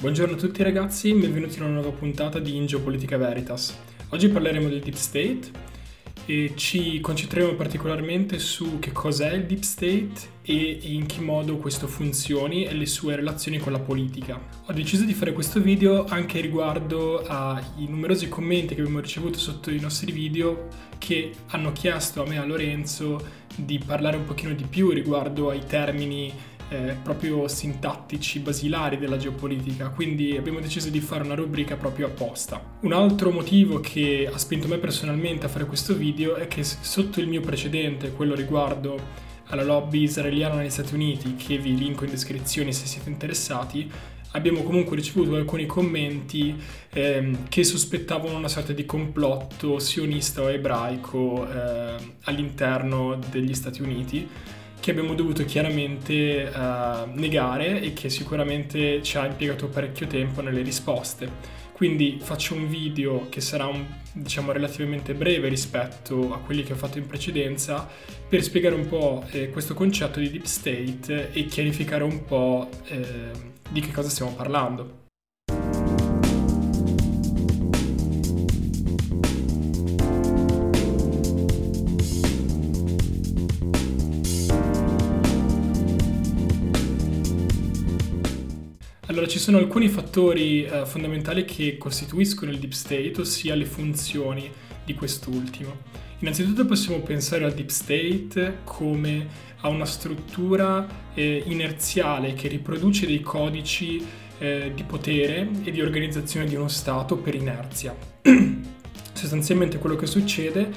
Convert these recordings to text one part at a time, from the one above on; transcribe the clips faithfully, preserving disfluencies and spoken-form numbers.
Buongiorno a tutti ragazzi, benvenuti in una nuova puntata di In Geopolitica Veritas. Oggi parleremo del Deep State e ci concentreremo particolarmente su che cos'è il Deep State e in che modo questo funzioni e le sue relazioni con la politica. Ho deciso di fare questo video anche riguardo ai numerosi commenti che abbiamo ricevuto sotto i nostri video che hanno chiesto a me e a Lorenzo di parlare un pochino di più riguardo ai termini Eh, proprio sintattici basilari della geopolitica, quindi abbiamo deciso di fare una rubrica proprio apposta. Un altro motivo che ha spinto me personalmente a fare questo video è che sotto il mio precedente, quello riguardo alla lobby israeliana negli Stati Uniti, che vi linko in descrizione se siete interessati, abbiamo comunque ricevuto alcuni commenti ehm, che sospettavano una sorta di complotto sionista o ebraico eh, all'interno degli Stati Uniti, che abbiamo dovuto chiaramente uh, negare e che sicuramente ci ha impiegato parecchio tempo nelle risposte. Quindi faccio un video che sarà un, diciamo relativamente breve rispetto a quelli che ho fatto in precedenza per spiegare un po' eh, questo concetto di Deep State e chiarificare un po' eh, di che cosa stiamo parlando. Allora, ci sono alcuni fattori eh, fondamentali che costituiscono il Deep State, ossia le funzioni di quest'ultimo. Innanzitutto possiamo pensare al Deep State come a una struttura eh, inerziale che riproduce dei codici eh, di potere e di organizzazione di uno Stato per inerzia. Sostanzialmente quello che succede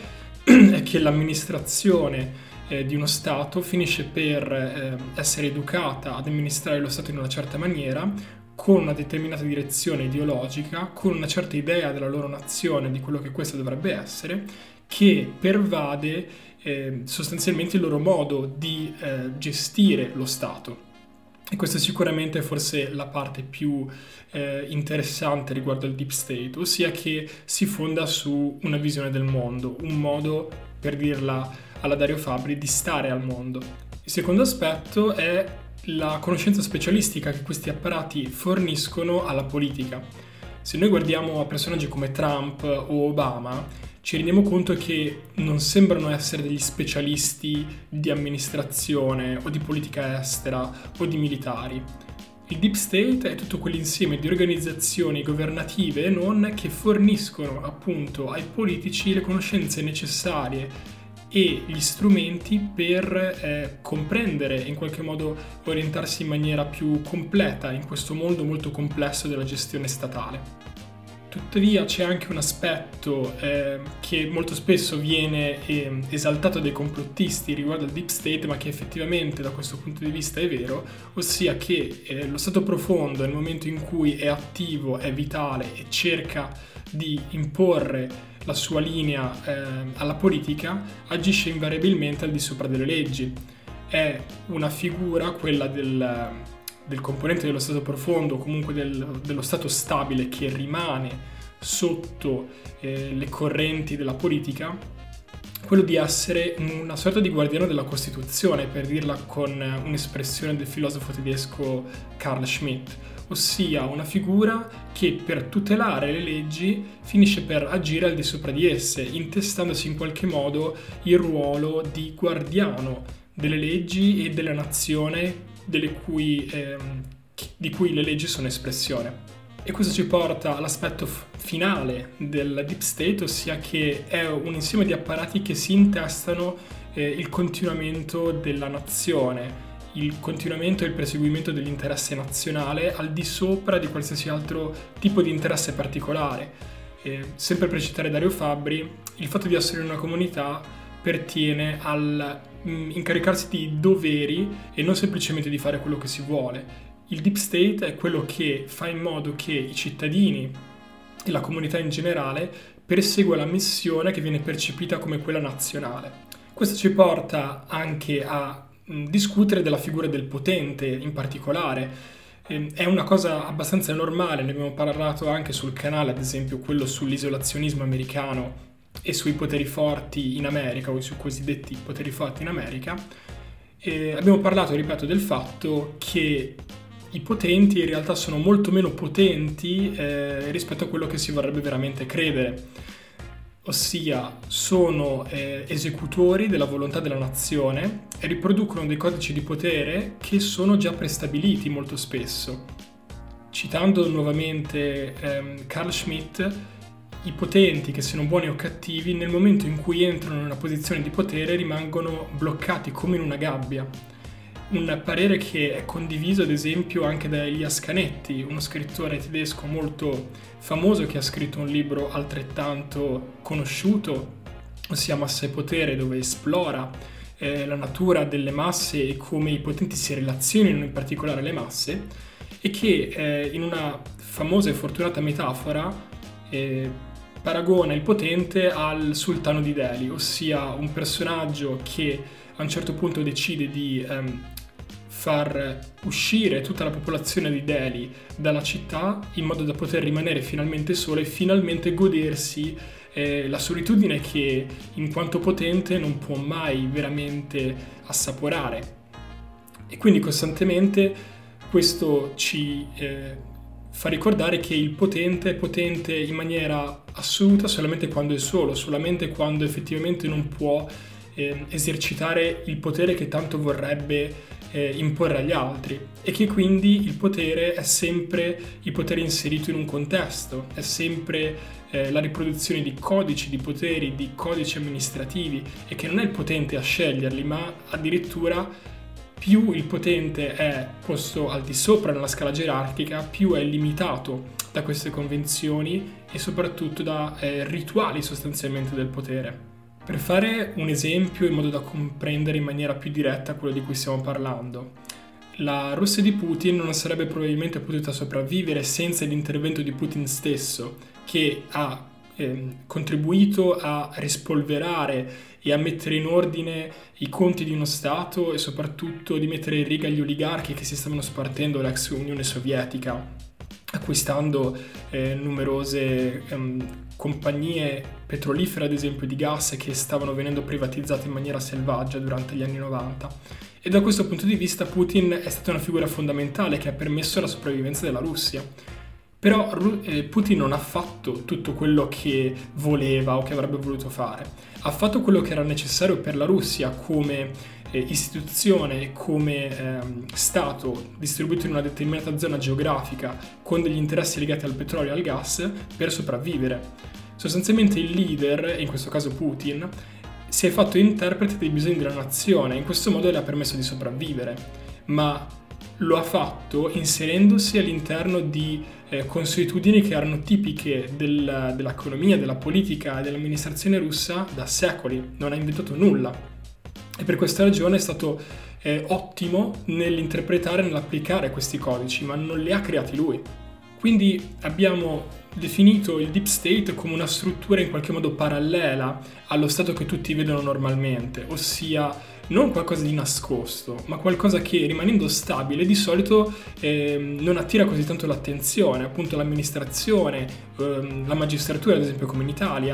è che l'amministrazione Eh, di uno Stato finisce per eh, essere educata ad amministrare lo Stato in una certa maniera, con una determinata direzione ideologica, con una certa idea della loro nazione, di quello che questo dovrebbe essere, che pervade eh, sostanzialmente il loro modo di eh, gestire lo Stato. E questa sicuramente è forse la parte più eh, interessante riguardo al Deep State, ossia che si fonda su una visione del mondo, un modo, per dirla alla Dario Fabbri, di stare al mondo. Il secondo aspetto è la conoscenza specialistica che questi apparati forniscono alla politica. Se noi guardiamo a personaggi come Trump o Obama, ci rendiamo conto che non sembrano essere degli specialisti di amministrazione o di politica estera o di militari. Il Deep State è tutto quell'insieme di organizzazioni governative e non che forniscono appunto ai politici le conoscenze necessarie e gli strumenti per eh, comprendere e in qualche modo orientarsi in maniera più completa in questo mondo molto complesso della gestione statale. Tuttavia c'è anche un aspetto eh, che molto spesso viene eh, esaltato dai complottisti riguardo al Deep State, ma che effettivamente da questo punto di vista è vero, ossia che eh, lo Stato profondo nel momento in cui è attivo, è vitale e cerca di imporre la sua linea eh, alla politica, agisce invariabilmente al di sopra delle leggi. È una figura, quella del, del componente dello Stato profondo, o comunque del, dello Stato stabile che rimane sotto eh, le correnti della politica, quello di essere una sorta di guardiano della Costituzione, per dirla con un'espressione del filosofo tedesco Carl Schmitt, ossia una figura che per tutelare le leggi finisce per agire al di sopra di esse, intestandosi in qualche modo il ruolo di guardiano delle leggi e della nazione delle cui, ehm, di cui le leggi sono espressione. E questo ci porta all'aspetto f- finale del Deep State, ossia che è un insieme di apparati che si intestano eh, il continuamento della nazione, il continuamento e il perseguimento dell'interesse nazionale al di sopra di qualsiasi altro tipo di interesse particolare. Eh, sempre per citare Dario Fabbri, il fatto di essere in una comunità pertiene al mh, incaricarsi di doveri e non semplicemente di fare quello che si vuole. Il Deep State è quello che fa in modo che i cittadini e la comunità in generale persegua la missione che viene percepita come quella nazionale. Questo ci porta anche a discutere della figura del potente in particolare. È una cosa abbastanza normale, ne abbiamo parlato anche sul canale, ad esempio quello sull'isolazionismo americano e sui poteri forti in America, o sui cosiddetti poteri forti in America. E abbiamo parlato, ripeto, del fatto che i potenti in realtà sono molto meno potenti eh, rispetto a quello che si vorrebbe veramente credere, ossia sono eh, esecutori della volontà della nazione e riproducono dei codici di potere che sono già prestabiliti molto spesso. Citando nuovamente ehm, Carl Schmitt, i potenti, che siano buoni o cattivi, nel momento in cui entrano in una posizione di potere rimangono bloccati come in una gabbia. Un parere che è condiviso ad esempio anche da Elias Canetti, uno scrittore tedesco molto famoso che ha scritto un libro altrettanto conosciuto, ossia Massa e Potere, dove esplora eh, la natura delle masse e come i potenti si relazionino in particolare alle masse, e che eh, in una famosa e fortunata metafora eh, paragona il potente al sultano di Delhi, ossia un personaggio che a un certo punto decide di ehm, far uscire tutta la popolazione di Delhi dalla città in modo da poter rimanere finalmente solo e finalmente godersi eh, la solitudine che in quanto potente non può mai veramente assaporare. E quindi costantemente questo ci eh, fa ricordare che il potente è potente in maniera assoluta solamente quando è solo, solamente quando effettivamente non può eh, esercitare il potere che tanto vorrebbe eh, imporre agli altri, e che quindi il potere è sempre il potere inserito in un contesto, è sempre eh, la riproduzione di codici di poteri, di codici amministrativi, e che non è il potente a sceglierli, ma addirittura più il potente è posto al di sopra nella scala gerarchica, più è limitato da queste convenzioni e soprattutto da eh, rituali sostanzialmente del potere. Per fare un esempio in modo da comprendere in maniera più diretta quello di cui stiamo parlando, la Russia di Putin non sarebbe probabilmente potuta sopravvivere senza l'intervento di Putin stesso, che ha eh, contribuito a rispolverare e a mettere in ordine i conti di uno Stato e soprattutto di mettere in riga gli oligarchi che si stavano spartendo l'ex Unione Sovietica, acquistando eh, numerose ehm, compagnie petrolifere, ad esempio di gas, che stavano venendo privatizzate in maniera selvaggia durante gli anni novanta. E da questo punto di vista Putin è stata una figura fondamentale che ha permesso la sopravvivenza della Russia. Però eh, Putin non ha fatto tutto quello che voleva o che avrebbe voluto fare. Ha fatto quello che era necessario per la Russia come eh, istituzione, come eh, Stato distribuito in una determinata zona geografica con degli interessi legati al petrolio e al gas per sopravvivere. Sostanzialmente il leader, in questo caso Putin, si è fatto interprete dei bisogni della nazione, in questo modo le ha permesso di sopravvivere, ma lo ha fatto inserendosi all'interno di eh, consuetudini che erano tipiche del, dell'economia, della politica e dell'amministrazione russa da secoli. Non ha inventato nulla e per questa ragione è stato eh, ottimo nell'interpretare e nell'applicare questi codici, ma non li ha creati lui. Quindi abbiamo definito il Deep State come una struttura in qualche modo parallela allo Stato che tutti vedono normalmente, ossia non qualcosa di nascosto, ma qualcosa che, rimanendo stabile, di solito eh, non attira così tanto l'attenzione, appunto l'amministrazione, ehm, la magistratura, ad esempio come in Italia,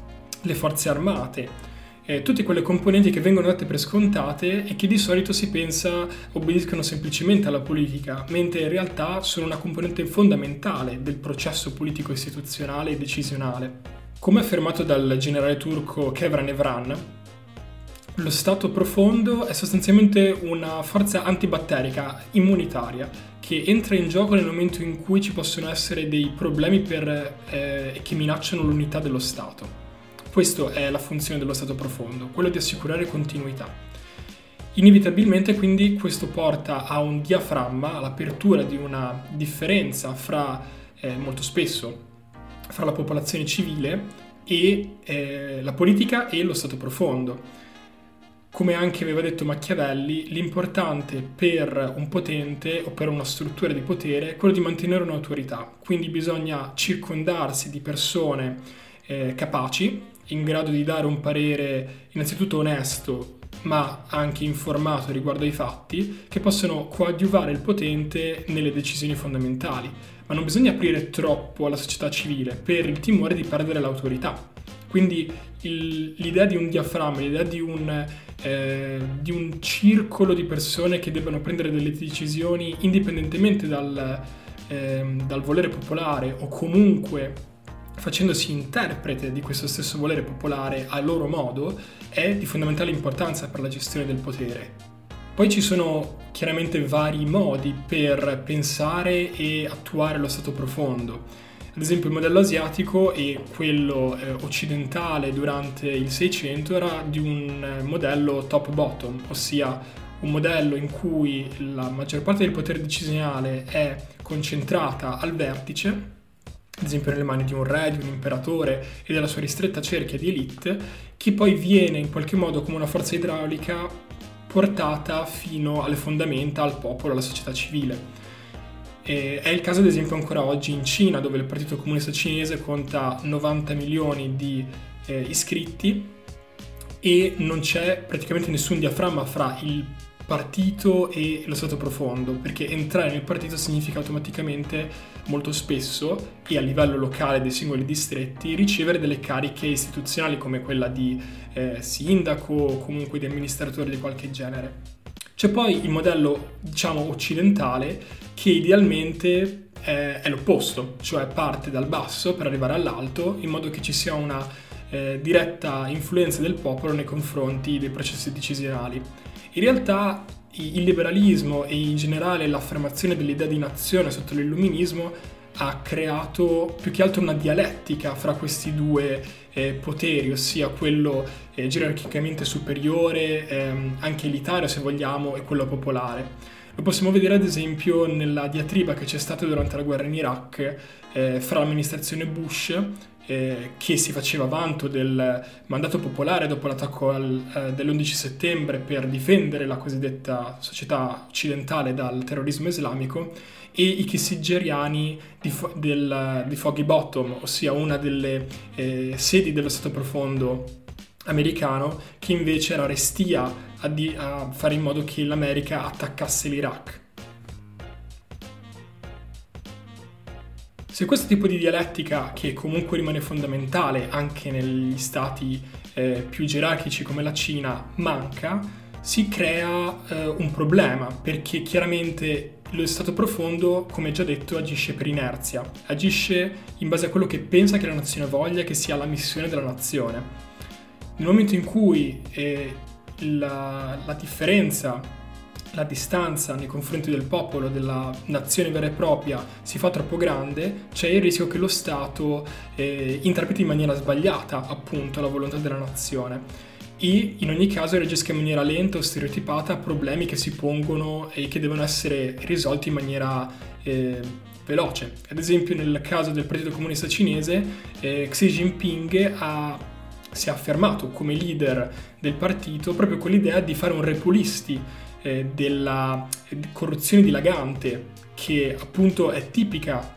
le forze armate, eh, tutte quelle componenti che vengono date per scontate e che di solito si pensa obbediscono semplicemente alla politica, mentre in realtà sono una componente fondamentale del processo politico istituzionale e decisionale. Come affermato dal generale turco Kevran Evran, lo stato profondo è sostanzialmente una forza antibatterica immunitaria che entra in gioco nel momento in cui ci possono essere dei problemi per, eh, che minacciano l'unità dello Stato. Questa è la funzione dello stato profondo, quello di assicurare continuità. Inevitabilmente quindi questo porta a un diaframma, all'apertura di una differenza fra, eh, molto spesso, fra la popolazione civile e eh, la politica e lo stato profondo. Come anche aveva detto Machiavelli, l'importante per un potente o per una struttura di potere è quello di mantenere un'autorità. Quindi bisogna circondarsi di persone eh, capaci, in grado di dare un parere innanzitutto onesto, ma anche informato riguardo ai fatti, che possono coadiuvare il potente nelle decisioni fondamentali. Ma non bisogna aprire troppo alla società civile per il timore di perdere l'autorità. Quindi il, l'idea di un diaframma, l'idea di un, eh, di un circolo di persone che debbano prendere delle decisioni indipendentemente dal, eh, dal volere popolare o comunque facendosi interprete di questo stesso volere popolare a loro modo, è di fondamentale importanza per la gestione del potere. Poi ci sono chiaramente vari modi per pensare e attuare lo stato profondo. Ad esempio il modello asiatico e quello eh, occidentale durante il Seicento era di un eh, modello top-bottom, ossia un modello in cui la maggior parte del potere decisionale è concentrata al vertice, ad esempio nelle mani di un re, di un imperatore e della sua ristretta cerchia di elite, che poi viene in qualche modo come una forza idraulica portata fino alle fondamenta, al popolo, alla società civile. E è il caso ad esempio ancora oggi in Cina, dove il Partito Comunista Cinese conta novanta milioni di eh, iscritti e non c'è praticamente nessun diaframma fra il partito e lo stato profondo, perché entrare nel partito significa automaticamente molto spesso e a livello locale dei singoli distretti ricevere delle cariche istituzionali come quella di eh, sindaco o comunque di amministratore di qualche genere. C'è poi il modello, diciamo, occidentale che idealmente è, è l'opposto, cioè parte dal basso per arrivare all'alto in modo che ci sia una eh, diretta influenza del popolo nei confronti dei processi decisionali. In realtà il liberalismo e in generale l'affermazione dell'idea di nazione sotto l'illuminismo ha creato più che altro una dialettica fra questi due eh, poteri, ossia quello eh, gerarchicamente superiore, ehm, anche elitario se vogliamo, e quello popolare. Lo possiamo vedere ad esempio nella diatriba che c'è stata durante la guerra in Iraq eh, fra l'amministrazione Bush, Eh, che si faceva vanto del mandato popolare dopo l'attacco al, eh, dell'undici settembre per difendere la cosiddetta società occidentale dal terrorismo islamico, e i kissingeriani di, fo- del, di Foggy Bottom, ossia una delle eh, sedi dello Stato profondo americano, che invece era restia a, di- a fare in modo che l'America attaccasse l'Iraq. Se questo tipo di dialettica, che comunque rimane fondamentale anche negli stati eh, più gerarchici come la Cina, manca, si crea eh, un problema, perché chiaramente lo stato profondo, come già detto, agisce per inerzia, agisce in base a quello che pensa che la nazione voglia, che sia la missione della nazione. Nel momento in cui eh, la, la differenza, la distanza nei confronti del popolo, della nazione vera e propria, si fa troppo grande, c'è il rischio che lo Stato eh, interpreti in maniera sbagliata appunto la volontà della nazione e in ogni caso reagisca in maniera lenta o stereotipata a problemi che si pongono e che devono essere risolti in maniera eh, veloce. Ad esempio nel caso del Partito Comunista Cinese, eh, Xi Jinping ha, si è affermato come leader del partito proprio con l'idea di fare un repulisti della corruzione dilagante, che appunto è tipica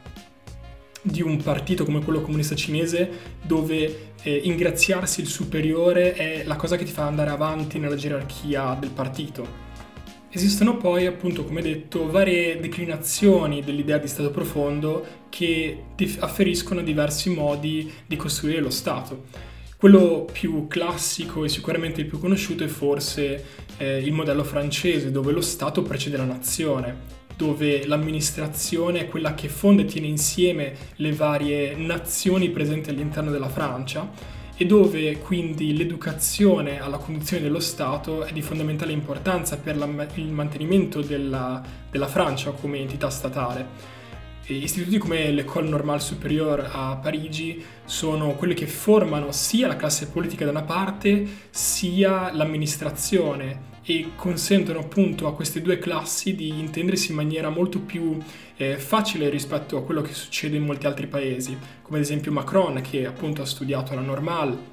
di un partito come quello comunista cinese, dove eh, ingraziarsi il superiore è la cosa che ti fa andare avanti nella gerarchia del partito. Esistono poi, appunto, come detto, varie declinazioni dell'idea di Stato profondo che dif- afferiscono a diversi modi di costruire lo Stato. Quello più classico e sicuramente il più conosciuto è forse eh, il modello francese, dove lo Stato precede la nazione, dove l'amministrazione è quella che fonda e tiene insieme le varie nazioni presenti all'interno della Francia e dove quindi l'educazione alla condizione dello Stato è di fondamentale importanza per la, il mantenimento della, della Francia come entità statale. Istituti come l'École Normale Supérieure a Parigi sono quelli che formano sia la classe politica da una parte sia l'amministrazione e consentono appunto a queste due classi di intendersi in maniera molto più eh, facile rispetto a quello che succede in molti altri paesi, come ad esempio Macron, che appunto ha studiato alla Normale,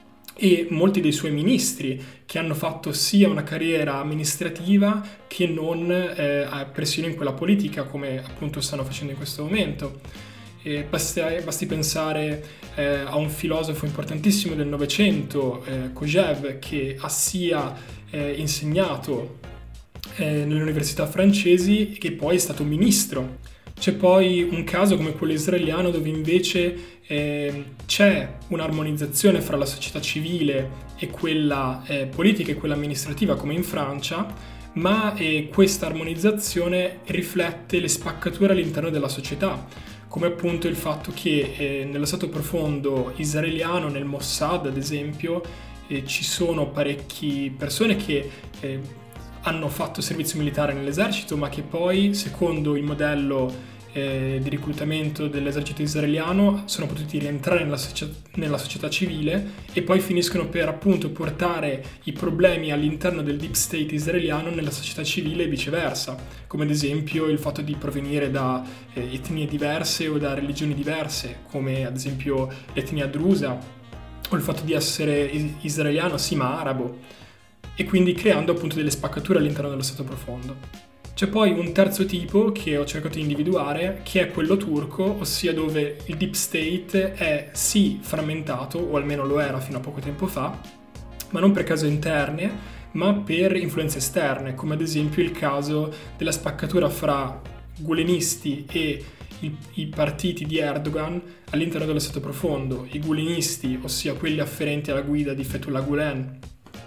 e molti dei suoi ministri che hanno fatto sia una carriera amministrativa che non eh, pressione in quella politica, come appunto stanno facendo in questo momento. E basti, basti pensare eh, a un filosofo importantissimo del Novecento, eh, Kojève, che ha sia eh, insegnato eh, nelle università francesi e che poi è stato ministro C'è poi un caso come quello israeliano dove invece eh, c'è un'armonizzazione fra la società civile e quella eh, politica e quella amministrativa come in Francia, ma eh, questa armonizzazione riflette le spaccature all'interno della società, come appunto il fatto che eh, nello stato profondo israeliano, nel Mossad ad esempio, eh, ci sono parecchie persone che eh, hanno fatto servizio militare nell'esercito, ma che poi, secondo il modello eh, di reclutamento dell'esercito israeliano, sono potuti rientrare nella, socia- nella società civile e poi finiscono per appunto portare i problemi all'interno del deep state israeliano nella società civile e viceversa, come ad esempio il fatto di provenire da eh, etnie diverse o da religioni diverse, come ad esempio l'etnia drusa, o il fatto di essere israeliano sì ma arabo, e quindi creando appunto delle spaccature all'interno dello stato profondo. C'è poi un terzo tipo che ho cercato di individuare, che è quello turco, ossia dove il deep state è sì frammentato, o almeno lo era fino a poco tempo fa, ma non per cause interne, ma per influenze esterne, come ad esempio il caso della spaccatura fra gulenisti e i, i partiti di Erdogan all'interno dello stato profondo. I gulenisti, ossia quelli afferenti alla guida di Fethullah Gulen,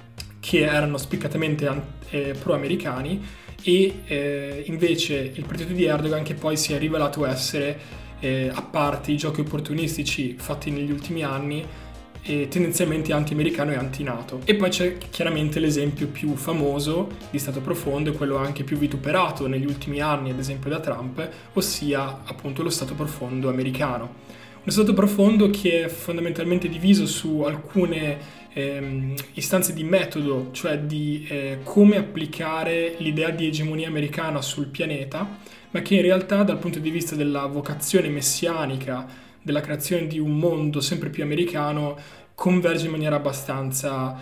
che erano spiccatamente eh, pro-americani, e eh, invece il partito di Erdogan, che poi si è rivelato essere, eh, a parte i giochi opportunistici fatti negli ultimi anni, eh, tendenzialmente anti-americano e anti-NATO. E poi c'è chiaramente l'esempio più famoso di stato profondo, e quello anche più vituperato negli ultimi anni, ad esempio da Trump, ossia appunto lo stato profondo americano. Uno stato profondo che è fondamentalmente diviso su alcune ehm, istanze di metodo, cioè di eh, come applicare l'idea di egemonia americana sul pianeta, ma che in realtà dal punto di vista della vocazione messianica, della creazione di un mondo sempre più americano, converge in maniera abbastanza,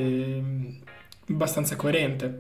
ehm, abbastanza coerente.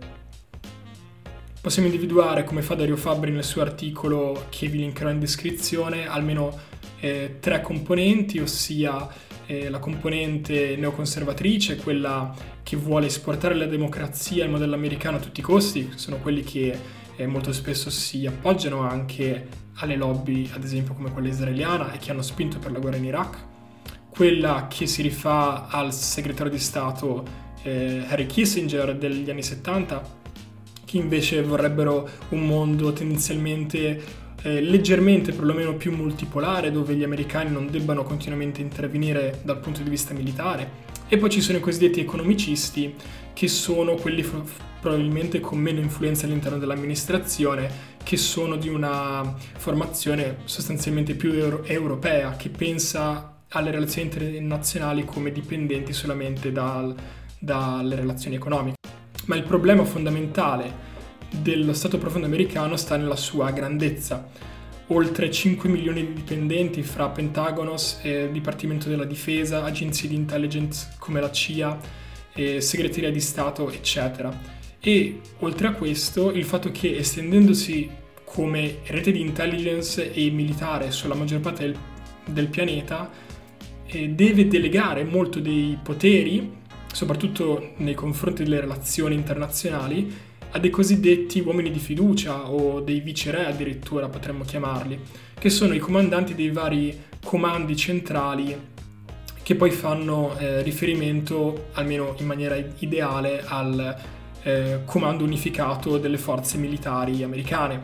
Possiamo individuare, come fa Dario Fabbri nel suo articolo che vi linkerò in descrizione, almeno eh, tre componenti, ossia eh, la componente neoconservatrice, quella che vuole esportare la democrazia e il modello americano a tutti i costi, sono quelli che eh, molto spesso si appoggiano anche alle lobby, ad esempio come quella israeliana, e che hanno spinto per la guerra in Iraq. Quella che si rifà al segretario di Stato eh, Henry Kissinger degli anni settanta, che invece vorrebbero un mondo tendenzialmente eh, leggermente perlomeno più multipolare, dove gli americani non debbano continuamente intervenire dal punto di vista militare. E poi ci sono i cosiddetti economicisti, che sono quelli f- probabilmente con meno influenza all'interno dell'amministrazione, che sono di una formazione sostanzialmente più euro- europea, che pensa alle relazioni internazionali come dipendenti solamente dal, dalle relazioni economiche. Ma il problema fondamentale dello Stato profondo americano sta nella sua grandezza. Oltre cinque milioni di dipendenti fra Pentagono, eh, Dipartimento della Difesa, agenzie di intelligence come la C I A, eh, segreteria di Stato, eccetera. E oltre a questo, il fatto che estendendosi come rete di intelligence e militare sulla maggior parte del, del pianeta, eh, deve delegare molto dei poteri, soprattutto nei confronti delle relazioni internazionali, a dei cosiddetti uomini di fiducia, o dei viceré addirittura potremmo chiamarli, che sono i comandanti dei vari comandi centrali, che poi fanno eh, riferimento, almeno in maniera ideale, al eh, comando unificato delle forze militari americane,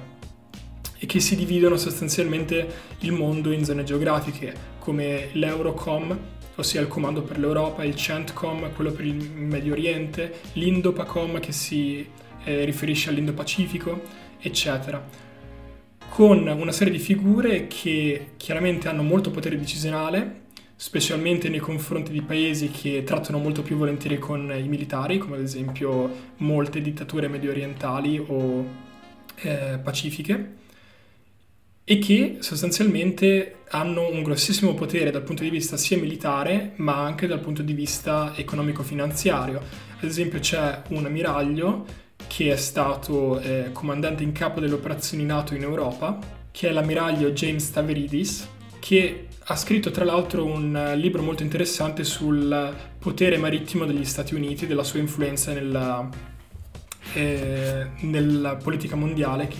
e che si dividono sostanzialmente il mondo in zone geografiche, come l'Eurocom, ossia il comando per l'Europa, il CENTCOM, quello per il Medio Oriente, l'Indopacom, che si eh, riferisce all'Indo-Pacifico, eccetera, con una serie di figure che chiaramente hanno molto potere decisionale, specialmente nei confronti di paesi che trattano molto più volentieri con i militari, come ad esempio molte dittature medio orientali o eh, pacifiche, e che sostanzialmente hanno un grossissimo potere dal punto di vista sia militare, ma anche dal punto di vista economico-finanziario. Ad esempio c'è un ammiraglio che è stato eh, comandante in capo delle operazioni NATO in Europa, che è l'ammiraglio James Stavridis, che ha scritto tra l'altro un libro molto interessante sul potere marittimo degli Stati Uniti, della sua influenza nella, eh, nella politica mondiale, che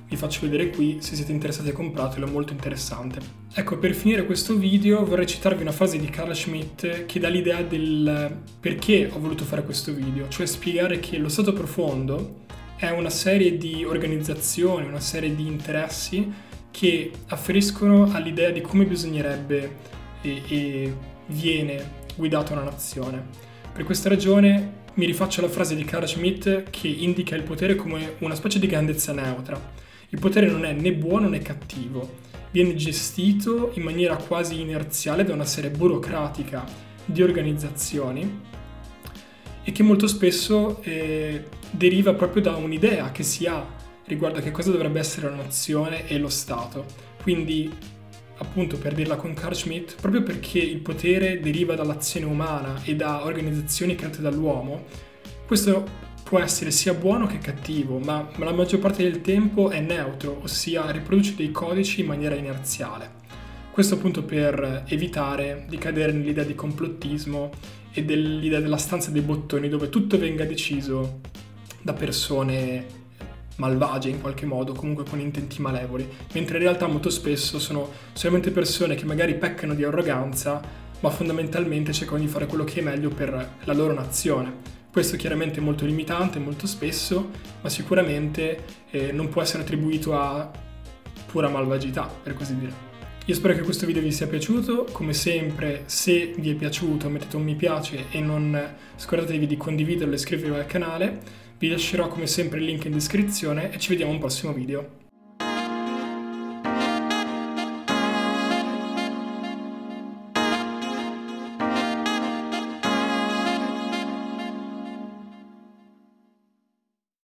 vi faccio vedere qui, se siete interessati a compratelo, è molto interessante. Ecco, per finire questo video vorrei citarvi una frase di Carl Schmitt che dà l'idea del perché ho voluto fare questo video, cioè spiegare che lo stato profondo è una serie di organizzazioni, una serie di interessi che afferiscono all'idea di come bisognerebbe e, e viene guidata una nazione. Per questa ragione mi rifaccio alla frase di Carl Schmitt che indica il potere come una specie di grandezza neutra. Il potere non è né buono né cattivo, viene gestito in maniera quasi inerziale da una serie burocratica di organizzazioni e che molto spesso eh, deriva proprio da un'idea che si ha riguardo a che cosa dovrebbe essere la nazione e lo Stato. Quindi, appunto, per dirla con Carl Schmitt, proprio perché il potere deriva dall'azione umana e da organizzazioni create dall'uomo, questo può essere sia buono che cattivo, ma la maggior parte del tempo è neutro, ossia riproduce dei codici in maniera inerziale. Questo appunto per evitare di cadere nell'idea di complottismo e dell'idea della stanza dei bottoni dove tutto venga deciso da persone malvagie in qualche modo, comunque con intenti malevoli, mentre in realtà molto spesso sono solamente persone che magari peccano di arroganza, ma fondamentalmente cercano di fare quello che è meglio per la loro nazione. Questo chiaramente è molto limitante, molto spesso, ma sicuramente eh, non può essere attribuito a pura malvagità, per così dire. Io spero che questo video vi sia piaciuto, come sempre se vi è piaciuto mettete un mi piace e non scordatevi di condividerlo e iscrivervi al canale, vi lascerò come sempre il link in descrizione e ci vediamo a un prossimo video.